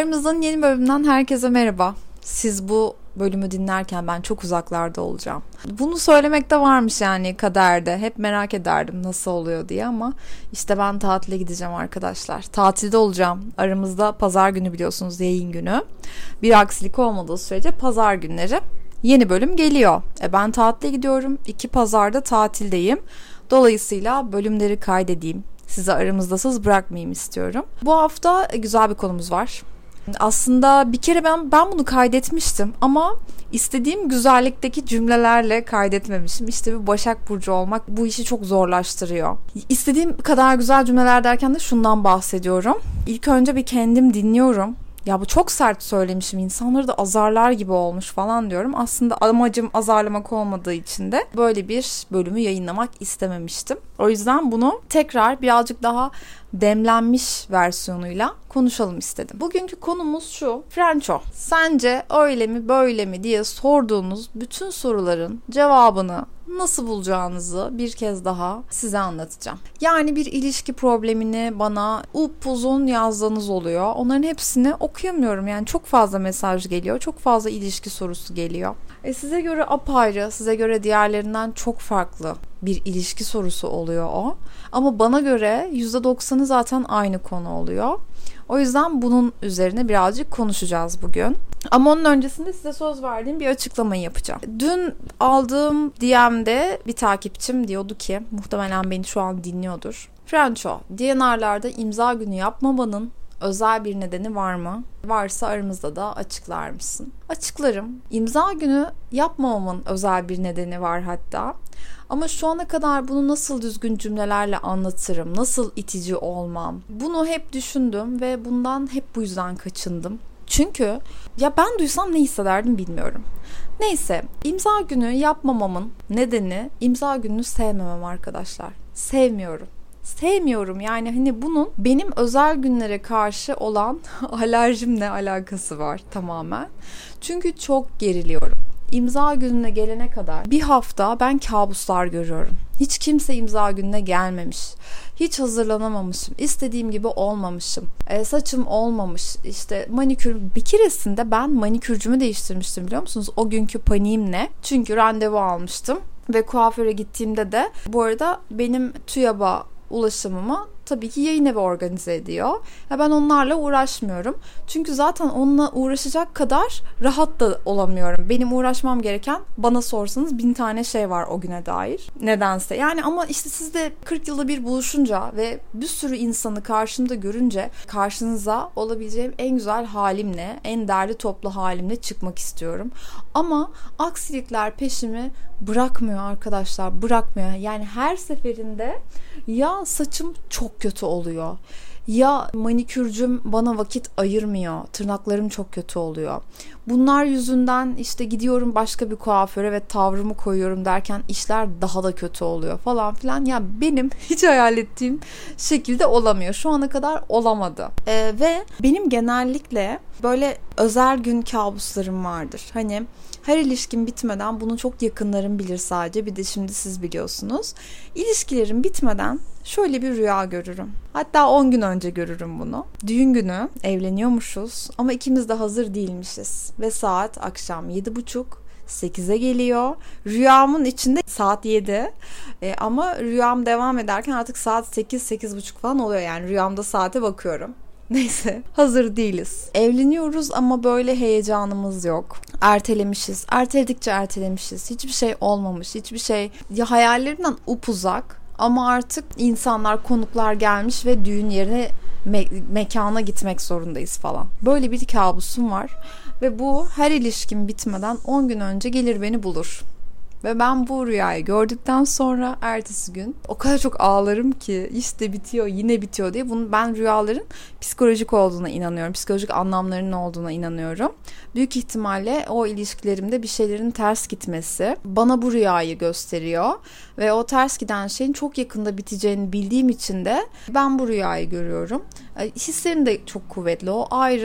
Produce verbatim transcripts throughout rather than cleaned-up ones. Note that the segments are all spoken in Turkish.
Aramızdan yeni bölümden herkese merhaba. Siz bu bölümü dinlerken ben çok uzaklarda olacağım. Bunu söylemek de varmış yani kaderde. Hep merak ederdim nasıl oluyor diye ama işte ben tatile gideceğim arkadaşlar. Tatilde olacağım. Aramızda pazar günü biliyorsunuz yayın günü. Bir aksilik olmadığı sürece pazar günleri yeni bölüm geliyor. E ben tatile gidiyorum. İki pazarda tatildeyim. Dolayısıyla bölümleri kaydedeyim. Sizi aramızdasız bırakmayayım istiyorum. Bu hafta güzel bir konumuz var. Aslında bir kere ben ben bunu kaydetmiştim ama istediğim güzellikteki cümlelerle kaydetmemişim. İşte bir Başak Burcu olmak bu işi çok zorlaştırıyor. İstediğim kadar güzel cümleler derken de şundan bahsediyorum. İlk önce bir kendim dinliyorum. Ya bu çok sert söylemişim, insanları da azarlar gibi olmuş falan diyorum. Aslında amacım azarlamak olmadığı için de böyle bir bölümü yayınlamak istememiştim. O yüzden bunu tekrar birazcık daha demlenmiş versiyonuyla konuşalım istedim. Bugünkü konumuz şu: Frenço. Sence öyle mi böyle mi diye sorduğunuz bütün soruların cevabını nasıl bulacağınızı bir kez daha size anlatacağım. Yani bir ilişki problemini bana upuzun yazdığınız oluyor. Onların hepsini okuyamıyorum. Yani çok fazla mesaj geliyor. Çok fazla ilişki sorusu geliyor. E size göre apayrı, size göre diğerlerinden çok farklı bir ilişki sorusu oluyor o. Ama bana göre yüzde doksanı zaten aynı konu oluyor. O yüzden bunun üzerine birazcık konuşacağız bugün. Ama onun öncesinde size söz verdiğim bir açıklamayı yapacağım. Dün aldığım D M'de bir takipçim diyordu ki, muhtemelen beni şu an dinliyordur. Frenço, D and R'larda imza günü yapmamanın özel bir nedeni var mı? Varsa aramızda da açıklar mısın? Açıklarım. İmza günü yapmamamın özel bir nedeni var hatta. Ama şu ana kadar bunu nasıl düzgün cümlelerle anlatırım, nasıl itici olmam, bunu hep düşündüm ve bundan hep bu yüzden kaçındım. Çünkü ya ben duysam ne hissederdim bilmiyorum. Neyse, imza günü yapmamamın nedeni imza gününü sevmemem arkadaşlar. Sevmiyorum. Sevmiyorum yani hani bunun benim özel günlere karşı olan alerjimle alakası var tamamen. Çünkü çok geriliyorum. İmza gününe gelene kadar bir hafta ben kabuslar görüyorum. Hiç kimse imza gününe gelmemiş. Hiç hazırlanamamışım. İstediğim gibi olmamışım. E, saçım olmamış. İşte manikür. Bir keresinde ben manikürcümü değiştirmiştim biliyor musunuz? O günkü paniğimle. Çünkü randevu almıştım. Ve kuaföre gittiğimde de bu arada benim TÜYAB'a ulaşımımı tabii ki yayın evi organize ediyor. Ya ben onlarla uğraşmıyorum. Çünkü zaten onunla uğraşacak kadar rahat da olamıyorum. Benim uğraşmam gereken, bana sorsanız bin tane şey var o güne dair. Nedense. Yani ama işte siz de kırk yılda bir buluşunca ve bir sürü insanı karşımda görünce karşınıza olabileceğim en güzel halimle, en derli toplu halimle çıkmak istiyorum. Ama aksilikler peşimi bırakmıyor arkadaşlar. Bırakmıyor. Yani her seferinde ya saçım çok kötü oluyor, ya manikürcüm bana vakit ayırmıyor, tırnaklarım çok kötü oluyor. Bunlar yüzünden işte gidiyorum başka bir kuaföre ve tavrımı koyuyorum derken işler daha da kötü oluyor falan filan. Ya benim hiç hayal ettiğim şekilde olamıyor. Şu ana kadar olamadı. Ee, ve benim genellikle böyle özel gün kabuslarım vardır. Hani her ilişkim bitmeden, bunu çok yakınlarım bilir sadece. Bir de şimdi siz biliyorsunuz. İlişkilerim bitmeden şöyle bir rüya görürüm. Hatta on gün önce görürüm bunu. Düğün günü evleniyormuşuz ama ikimiz de hazır değilmişiz. Ve saat akşam yedi buçuk sekize geliyor. Rüyamın içinde saat yedi. E, ama rüyam devam ederken artık saat sekiz sekiz buçuk falan oluyor. Yani rüyamda saate bakıyorum. Neyse, hazır değiliz. Evleniyoruz ama böyle heyecanımız yok. Ertelemişiz. Erteledikçe ertelemişiz. Hiçbir şey olmamış. Hiçbir şey ya hayallerimden upuzak. Ama artık insanlar, konuklar gelmiş ve düğün yerine me- mekana gitmek zorundayız falan. Böyle bir kabusum var. Ve bu her ilişkim bitmeden on gün önce gelir beni bulur. Ve ben bu rüyayı gördükten sonra ertesi gün o kadar çok ağlarım ki işte bitiyor, yine bitiyor diye. Bunu, ben rüyaların psikolojik olduğuna inanıyorum. Psikolojik anlamlarının olduğuna inanıyorum. Büyük ihtimalle o ilişkilerimde bir şeylerin ters gitmesi bana bu rüyayı gösteriyor. Ve o ters giden şeyin çok yakında biteceğini bildiğim için de ben bu rüyayı görüyorum. Hislerim de çok kuvvetli, o ayrı.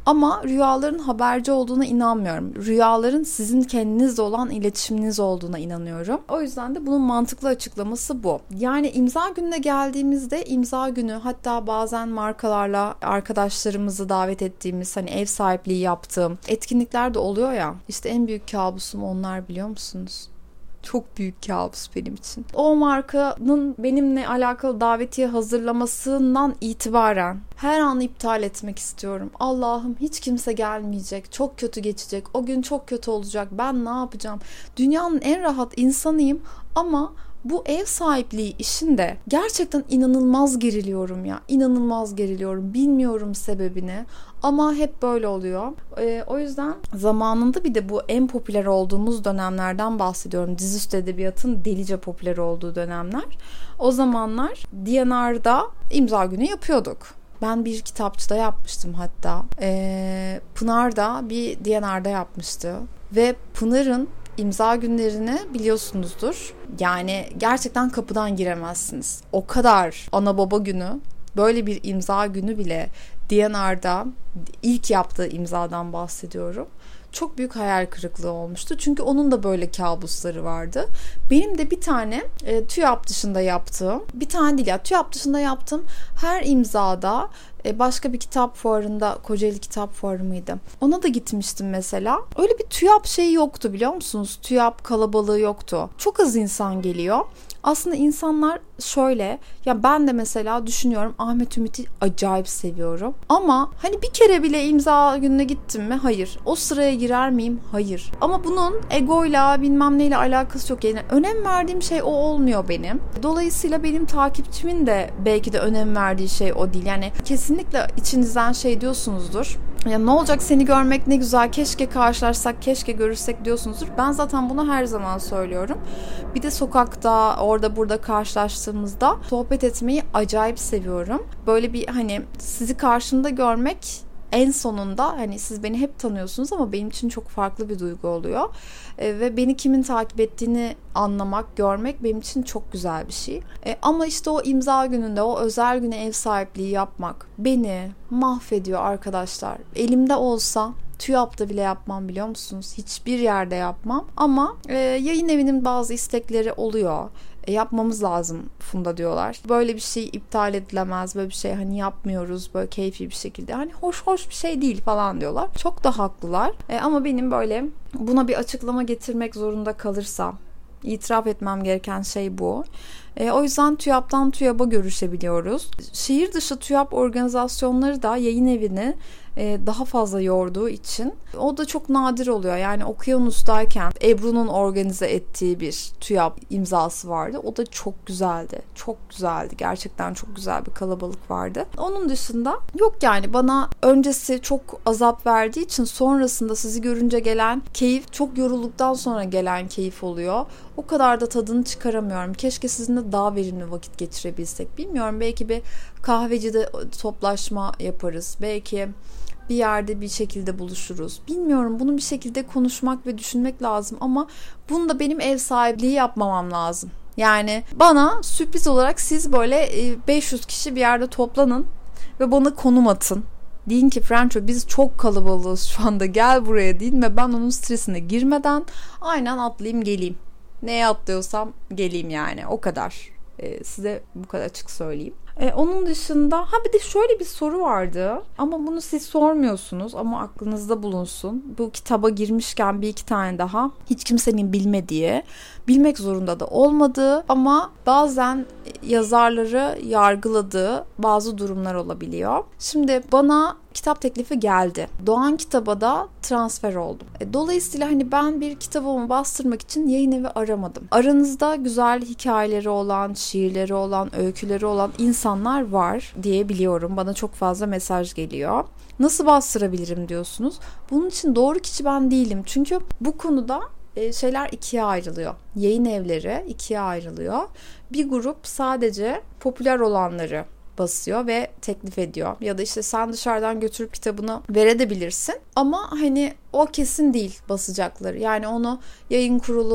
Ama rüyaların haberci olduğuna inanmıyorum. Rüyaların sizin kendinizle olan iletişiminiz olduğuna inanıyorum. O yüzden de bunun mantıklı açıklaması bu. Yani imza gününe geldiğimizde imza günü, hatta bazen markalarla arkadaşlarımızı davet ettiğimiz, hani ev sahipliği yaptığım etkinlikler de oluyor ya. İşte en büyük kabusum onlar, biliyor musunuz? Çok büyük kabus benim için. O markanın benimle alakalı davetiye hazırlamasından itibaren her an iptal etmek istiyorum. Allah'ım, hiç kimse gelmeyecek. Çok kötü geçecek. O gün çok kötü olacak. Ben ne yapacağım? Dünyanın en rahat insanıyım ama bu ev sahipliği işinde gerçekten inanılmaz geriliyorum ya. İnanılmaz geriliyorum. Bilmiyorum sebebini. Ama hep böyle oluyor. Ee, o yüzden zamanında bir de bu en popüler olduğumuz dönemlerden bahsediyorum. Dizüstü edebiyatın delice popüler olduğu dönemler. O zamanlar D and R'da imza günü yapıyorduk. Ben bir kitapçıda yapmıştım hatta. Ee, Pınar da bir D and R'da yapmıştı. Ve Pınar'ın imza günlerini biliyorsunuzdur. Yani gerçekten kapıdan giremezsiniz. O kadar ana baba günü, böyle bir imza günü bile D and R'da ilk yaptığı imzadan bahsediyorum. Çok büyük hayal kırıklığı olmuştu. Çünkü onun da böyle kabusları vardı. Benim de bir tane e, TÜYAP dışında yaptığım, bir tane değil ya, TÜYAP dışında yaptığım her imzada e, başka bir kitap fuarında, Kocaeli Kitap Fuarı mıydı? Ona da gitmiştim mesela. Öyle bir TÜYAP şeyi yoktu, biliyor musunuz? TÜYAP kalabalığı yoktu. Çok az insan geliyor. Aslında insanlar şöyle, ya ben de mesela düşünüyorum, Ahmet Ümit'i acayip seviyorum. Ama hani bir kere bile imza gününe gittim mi? Hayır. O sıraya girer miyim? Hayır. Ama bunun egoyla bilmem neyle alakası yok. Yani önem verdiğim şey o olmuyor benim. Dolayısıyla benim takipçimin de belki de önem verdiği şey o değil. Yani kesinlikle içinizden şey diyorsunuzdur. Ya ne olacak, seni görmek ne güzel, keşke karşılaşsak, keşke görüşsek diyorsunuzdur. Ben zaten bunu her zaman söylüyorum. Bir de sokakta, orada burada karşılaştığımızda sohbet etmeyi acayip seviyorum. Böyle bir hani sizi karşımda görmek en sonunda, hani siz beni hep tanıyorsunuz ama benim için çok farklı bir duygu oluyor. E, ve beni kimin takip ettiğini anlamak, görmek benim için çok güzel bir şey. E, ama işte o imza gününde, o özel güne ev sahipliği yapmak beni mahvediyor arkadaşlar. Elimde olsa TÜYAP'ta bile yapmam, biliyor musunuz? Hiçbir yerde yapmam. Ama e, yayın evinin bazı istekleri oluyor. E, yapmamız lazım Funda diyorlar. Böyle bir şey iptal edilemez, böyle bir şey hani yapmıyoruz böyle keyfi bir şekilde. Hani hoş hoş bir şey değil falan diyorlar. Çok da haklılar. E, ama benim böyle buna bir açıklama getirmek zorunda kalırsam, itiraf etmem gereken şey bu. E, o yüzden TÜYAP'tan TÜYAP'a görüşebiliyoruz. Şehir dışı TÜYAP organizasyonları da yayın evini e, daha fazla yorduğu için o da çok nadir oluyor. Yani Okyanus'tayken Ebru'nun organize ettiği bir TÜYAP imzası vardı. O da çok güzeldi. Çok güzeldi. Gerçekten çok güzel bir kalabalık vardı. Onun dışında yok yani, bana öncesi çok azap verdiği için sonrasında sizi görünce gelen keyif çok yorulduktan sonra gelen keyif oluyor. O kadar da tadını çıkaramıyorum. Keşke sizinle daha verimli vakit geçirebilsek. Bilmiyorum, belki bir kahvecide toplaşma yaparız. Belki bir yerde bir şekilde buluşuruz. Bilmiyorum, bunu bir şekilde konuşmak ve düşünmek lazım ama bunu da benim ev sahipliği yapmamam lazım. Yani bana sürpriz olarak siz böyle beş yüz kişi bir yerde toplanın ve bana konum atın. Deyin ki Franco, biz çok kalabalığız şu anda, gel buraya deyin ve ben onun stresine girmeden aynen atlayayım geleyim. Neye atlıyorsam geleyim yani, o kadar. Ee, size bu kadar açık söyleyeyim. Ee, onun dışında ha bir de şöyle bir soru vardı ama bunu siz sormuyorsunuz ama aklınızda bulunsun. Bu kitaba girmişken bir iki tane daha, hiç kimsenin bilmediği, bilmek zorunda da olmadığı ama bazen yazarları yargıladığı bazı durumlar olabiliyor. Şimdi bana kitap teklifi geldi. Doğan Kitap'a da transfer oldum. Dolayısıyla hani ben bir kitabımı bastırmak için yayın evi aramadım. Aranızda güzel hikayeleri olan, şiirleri olan, öyküleri olan insanlar var diye biliyorum. Bana çok fazla mesaj geliyor. Nasıl bastırabilirim diyorsunuz. Bunun için doğru kişi ben değilim. Çünkü bu konuda şeyler ikiye ayrılıyor. Yayın evleri ikiye ayrılıyor. Bir grup sadece popüler olanları basıyor ve teklif ediyor. Ya da işte sen dışarıdan götürüp kitabını verebilirsin. Ama hani o kesin değil basacakları. Yani onu yayın kurulu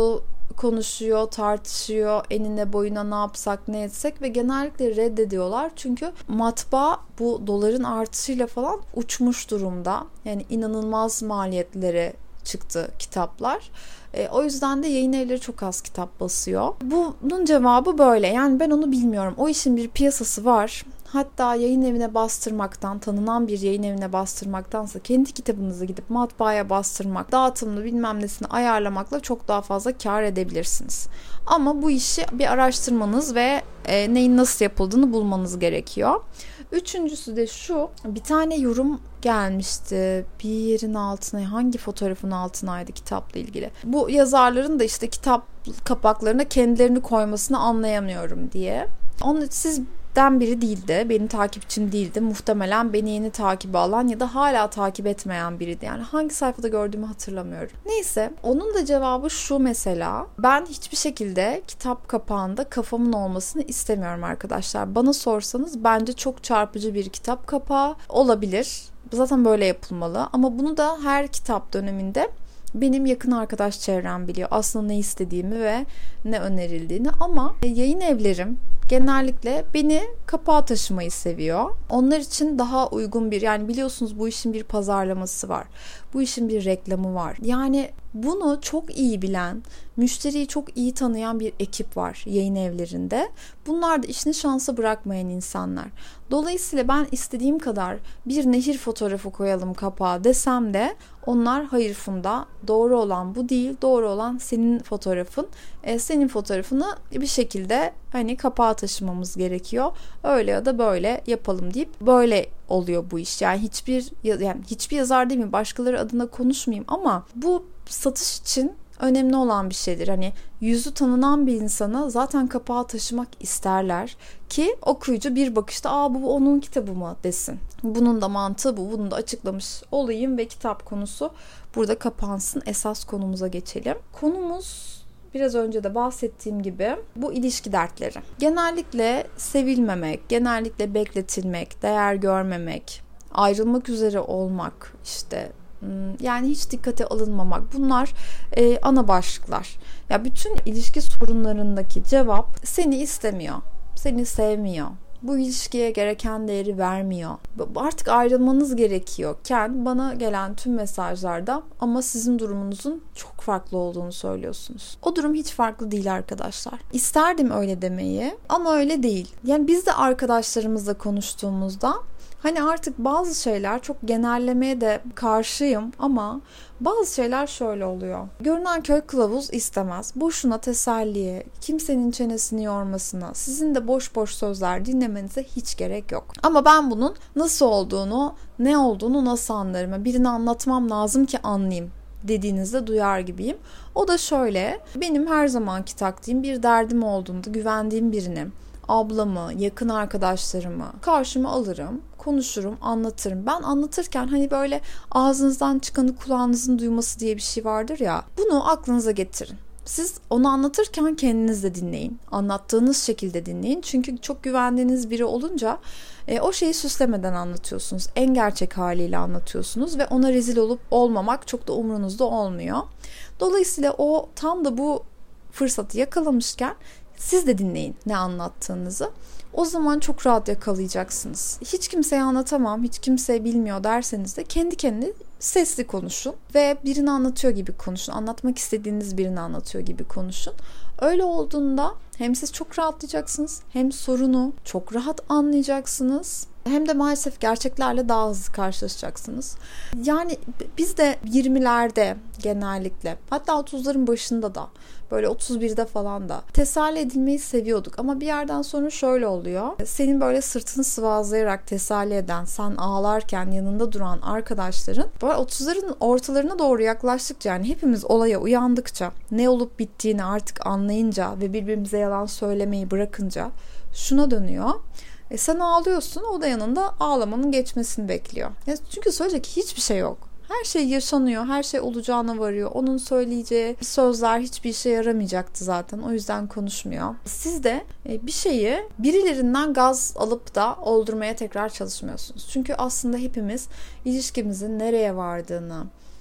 konuşuyor, tartışıyor, enine boyuna ne yapsak ne etsek ve genellikle reddediyorlar. Çünkü matbaa bu doların artışıyla falan uçmuş durumda. Yani inanılmaz maliyetlere çıktı kitaplar. E, o yüzden de yayın evleri çok az kitap basıyor. Bunun cevabı böyle. Yani ben onu bilmiyorum. O işin bir piyasası var. Hatta yayın evine bastırmaktan, tanınan bir yayın evine bastırmaktansa kendi kitabınızı gidip matbaaya bastırmak, dağıtımını bilmem nesini ayarlamakla çok daha fazla kar edebilirsiniz. Ama bu işi bir araştırmanız ve e, neyin nasıl yapıldığını bulmanız gerekiyor. Üçüncüsü de şu, bir tane yorum gelmişti bir yerin altına, hangi fotoğrafın altınaydı kitapla ilgili. Bu yazarların da işte kitap kapaklarına kendilerini koymasını anlayamıyorum diye. Onu siz den biri değildi. Benim takipçim değildi. Muhtemelen beni yeni takip alan ya da hala takip etmeyen biriydi. Yani hangi sayfada gördüğümü hatırlamıyorum. Neyse, onun da cevabı şu mesela. Ben hiçbir şekilde kitap kapağında kafamın olmasını istemiyorum arkadaşlar. Bana sorsanız bence çok çarpıcı bir kitap kapağı olabilir. Zaten böyle yapılmalı. Ama bunu da her kitap döneminde benim yakın arkadaş çevrem biliyor. Aslında ne istediğimi ve ne önerildiğini. Ama yayın evlerim genellikle beni kapağa taşımayı seviyor. Onlar için daha uygun bir, yani biliyorsunuz bu işin bir pazarlaması var. Bu işin bir reklamı var. Yani bunu çok iyi bilen, müşteriyi çok iyi tanıyan bir ekip var yayın evlerinde. Bunlar da işini şansa bırakmayan insanlar. Dolayısıyla ben istediğim kadar bir nehir fotoğrafı koyalım kapağa desem de onlar hayır Funda, doğru olan bu değil, doğru olan senin fotoğrafın. E, senin fotoğrafını bir şekilde hani kapağa taşımamız gerekiyor. Öyle ya da böyle yapalım deyip böyle oluyor bu iş. Yani hiçbir yani hiçbir yazar değil mi? Başkaları adına konuşmayayım ama bu satış için önemli olan bir şeydir. Hani yüzü tanınan bir insana zaten kapağı taşımak isterler ki okuyucu bir bakışta aa bu onun kitabı mı desin. Bunun da mantığı bu. Bunu da açıklamış olayım ve kitap konusu burada kapansın. Esas konumuza geçelim. Konumuz biraz önce de bahsettiğim gibi bu ilişki dertleri. Genellikle sevilmemek, genellikle bekletilmek, değer görmemek, ayrılmak üzere olmak, işte yani hiç dikkate alınmamak, bunlar e, ana başlıklar. Ya bütün ilişki sorunlarındaki cevap seni istemiyor, seni sevmiyor, bu ilişkiye gereken değeri vermiyor, artık ayrılmanız gerekiyorken bana gelen tüm mesajlarda ama sizin durumunuzun çok farklı olduğunu söylüyorsunuz. O durum hiç farklı değil arkadaşlar. İsterdim öyle demeyi ama öyle değil. Yani biz de arkadaşlarımızla konuştuğumuzda hani artık bazı şeyler, çok genellemeye de karşıyım ama bazı şeyler şöyle oluyor. Görünen köy kılavuz istemez. Boşuna teselliye, kimsenin çenesini yormasına, sizin de boş boş sözler dinlemenize hiç gerek yok. Ama ben bunun nasıl olduğunu, ne olduğunu nasıl anlarım? Birini anlatmam lazım ki anlayayım dediğinizde duyar gibiyim. O da şöyle, benim her zamanki taktiğim, bir derdim olduğunda güvendiğim birini, ablamı, yakın arkadaşlarımı karşıma alırım, konuşurum, anlatırım. Ben anlatırken hani böyle ağzınızdan çıkanı kulağınızın duyması diye bir şey vardır ya, bunu aklınıza getirin. Siz onu anlatırken kendiniz de dinleyin. Anlattığınız şekilde dinleyin. Çünkü çok güvendiğiniz biri olunca e, o şeyi süslemeden anlatıyorsunuz. En gerçek haliyle anlatıyorsunuz ve ona rezil olup olmamak çok da umurunuzda olmuyor. Dolayısıyla o tam da bu fırsatı yakalamışken siz de dinleyin ne anlattığınızı. O zaman çok rahat yakalayacaksınız. Hiç kimseye anlatamam, hiç kimse bilmiyor derseniz de kendi kendine sesli konuşun ve birini anlatıyor gibi konuşun. Anlatmak istediğiniz birini anlatıyor gibi konuşun. Öyle olduğunda hem siz çok rahatlayacaksınız, hem sorunu çok rahat anlayacaksınız, hem de maalesef gerçeklerle daha hızlı karşılaşacaksınız. Yani biz de yirmilerde genellikle, hatta otuzların başında da, böyle otuz birde falan da teselli edilmeyi seviyorduk. Ama bir yerden sonra şöyle oluyor. Senin böyle sırtını sıvazlayarak teselli eden, sen ağlarken yanında duran arkadaşların böyle otuzların ortalarına doğru yaklaştıkça, yani hepimiz olaya uyandıkça, ne olup bittiğini artık anlayınca ve birbirimize yalan söylemeyi bırakınca şuna dönüyor. E sen ağlıyorsun, o da yanında ağlamanın geçmesini bekliyor. Ya çünkü söyleyecek hiçbir şey yok. Her şey yaşanıyor, her şey olacağına varıyor. Onun söyleyeceği sözler hiçbir işe yaramayacaktı zaten. O yüzden konuşmuyor. Siz de bir şeyi birilerinden gaz alıp da oldurmaya tekrar çalışmıyorsunuz. Çünkü aslında hepimiz ilişkimizin nereye vardığını,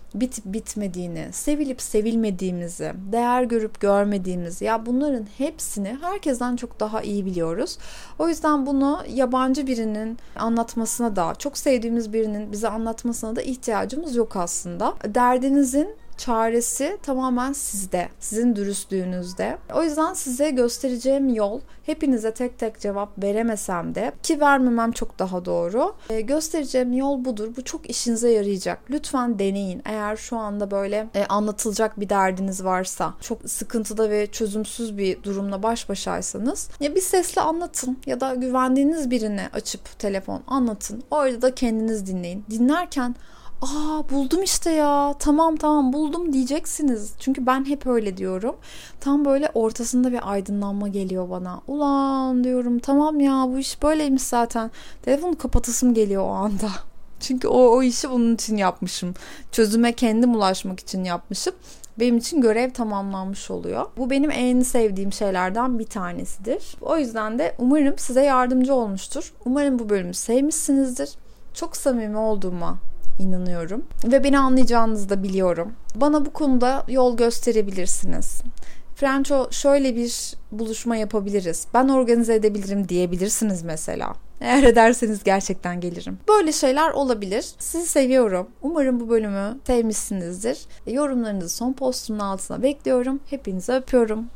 bitip bitmediğini, sevilip sevilmediğimizi, değer görüp görmediğimizi, ya bunların hepsini herkesten çok daha iyi biliyoruz. O yüzden bunu yabancı birinin anlatmasına da, çok sevdiğimiz birinin bize anlatmasına da ihtiyacımız yok aslında. Derdinizin çaresi tamamen sizde, sizin dürüstlüğünüzde. O yüzden size göstereceğim yol, hepinize tek tek cevap veremesem de, ki vermemem çok daha doğru, e, göstereceğim yol budur. Bu çok işinize yarayacak. Lütfen deneyin. Eğer şu anda böyle e, anlatılacak bir derdiniz varsa, çok sıkıntıda ve çözümsüz bir durumla baş başaysanız, ya bir sesle anlatın ya da güvendiğiniz birine açıp telefon anlatın. Orada da kendiniz dinleyin. Dinlerken aa buldum işte ya, tamam tamam buldum diyeceksiniz. Çünkü ben hep öyle diyorum. Tam böyle ortasında bir aydınlanma geliyor bana. Ulan diyorum, tamam ya bu iş böyleymiş zaten. Telefonu kapatasım geliyor o anda. Çünkü o, o işi bunun için yapmışım. Çözüme kendim ulaşmak için yapmışım. Benim için görev tamamlanmış oluyor. Bu benim en sevdiğim şeylerden bir tanesidir. O yüzden de umarım size yardımcı olmuştur. Umarım bu bölümü sevmişsinizdir. Çok samimi olduğuma inanıyorum ve beni anlayacağınızı da biliyorum. Bana bu konuda yol gösterebilirsiniz. Frenço, şöyle bir buluşma yapabiliriz, ben organize edebilirim diyebilirsiniz mesela. Eğer ederseniz gerçekten gelirim. Böyle şeyler olabilir. Sizi seviyorum. Umarım bu bölümü sevmişsinizdir. Yorumlarınızı son postumun altına bekliyorum. Hepinizi öpüyorum.